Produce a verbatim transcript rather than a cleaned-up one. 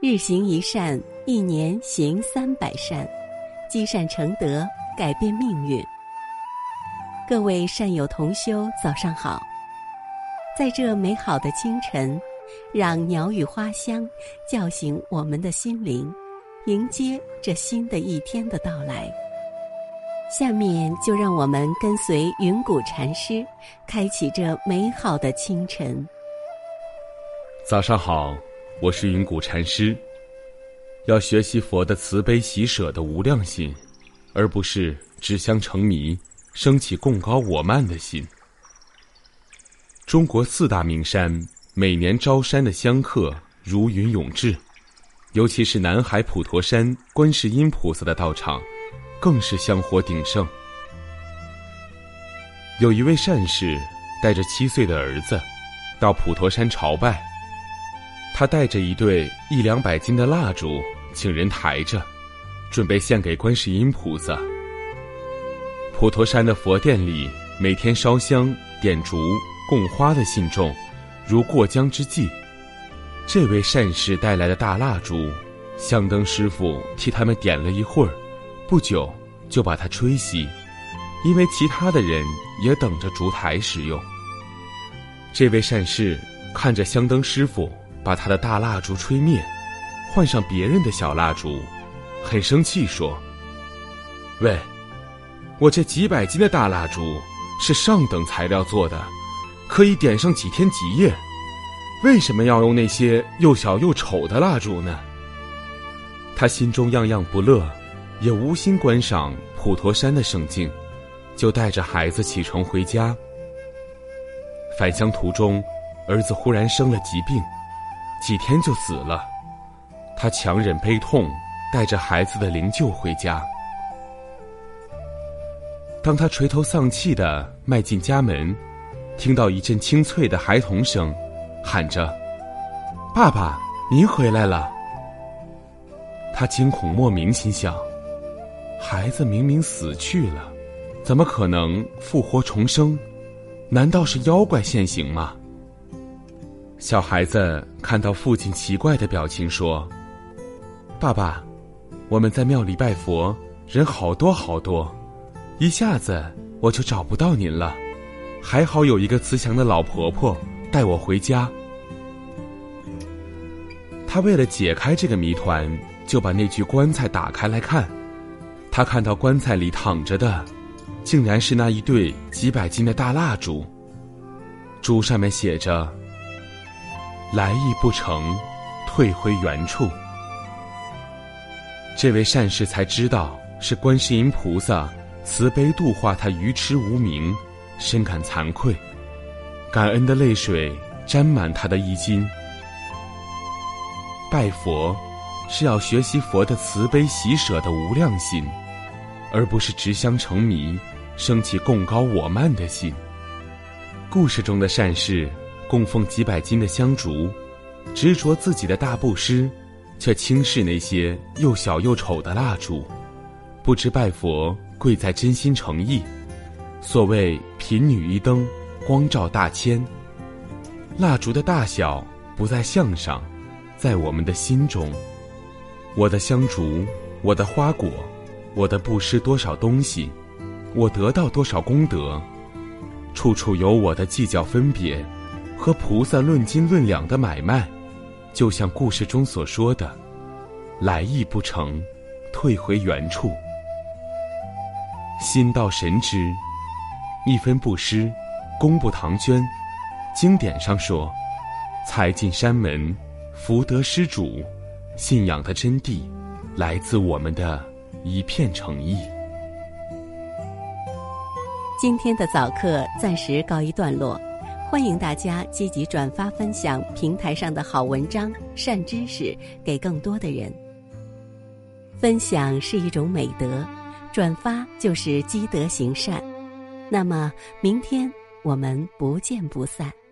日行一善，一年行三百善，积善成德，改变命运。各位善友同修，早上好！在这美好的清晨，让鸟语花香叫醒我们的心灵，迎接这新的一天的到来。下面就让我们跟随云谷禅师，开启这美好的清晨。 早上好，我是云谷禅师。要学习佛的慈悲喜舍的无量心，而不是只相成迷，升起贡高我慢的心。中国四大名山每年招山的香客如云涌至，尤其是南海普陀山观世音菩萨的道场更是香火鼎盛。有一位善士带着七岁的儿子到普陀山朝拜，他带着一对一两百斤的蜡烛，请人抬着，准备献给观世音菩萨。普陀山的佛殿里，每天烧香、点烛、供花的信众如过江之鲫。这位善士带来的大蜡烛，香灯师傅替他们点了一会儿，不久就把它吹熄，因为其他的人也等着烛台使用。这位善士看着香灯师傅把他的大蜡烛吹灭，换上别人的小蜡烛，很生气说：喂，我这几百斤的大蜡烛是上等材料做的，可以点上几天几夜，为什么要用那些又小又丑的蜡烛呢？他心中样样不乐，也无心观赏普陀山的胜境，就带着孩子启程回家。返乡途中，儿子忽然生了疾病，几天就死了。他强忍悲痛，带着孩子的灵柩回家。当他垂头丧气地迈进家门，听到一阵清脆的孩童声，喊着：爸爸，您回来了。他惊恐莫名，心想：孩子明明死去了，怎么可能复活重生？难道是妖怪现形吗？小孩子看到父亲奇怪的表情说：爸爸，我们在庙里拜佛，人好多好多，一下子我就找不到您了，还好有一个慈祥的老婆婆带我回家。他为了解开这个谜团，就把那具棺材打开来看。他看到棺材里躺着的竟然是那一对几百斤的大蜡烛，烛上面写着：来意不成，退回原处。这位善士才知道是观世音菩萨慈悲度化他愚痴无明，深感惭愧，感恩的泪水沾满他的衣襟。拜佛是要学习佛的慈悲喜舍的无量心，而不是执相成迷，升起贡高我慢的心。故事中的善士供奉几百斤的香烛，执着自己的大布施，却轻视那些又小又丑的蜡烛，不知拜佛贵在真心诚意。所谓贫女一灯，光照大千。蜡烛的大小不在相上，在我们的心中。我的香烛，我的花果，我的布施多少东西，我得到多少功德，处处有我的计较分别，和菩萨论斤论两的买卖。就像故事中所说的，来意不成，退回原处。心到神知，一分布施，功不唐捐。经典上说，财进山门，福得施主。信仰的真谛来自我们的一片诚意。 今天的早课暂时告一段落，欢迎大家积极转发分享平台上的好文章、善知识给更多的人。分享是一种美德，转发就是积德行善。那么明天我们不见不散。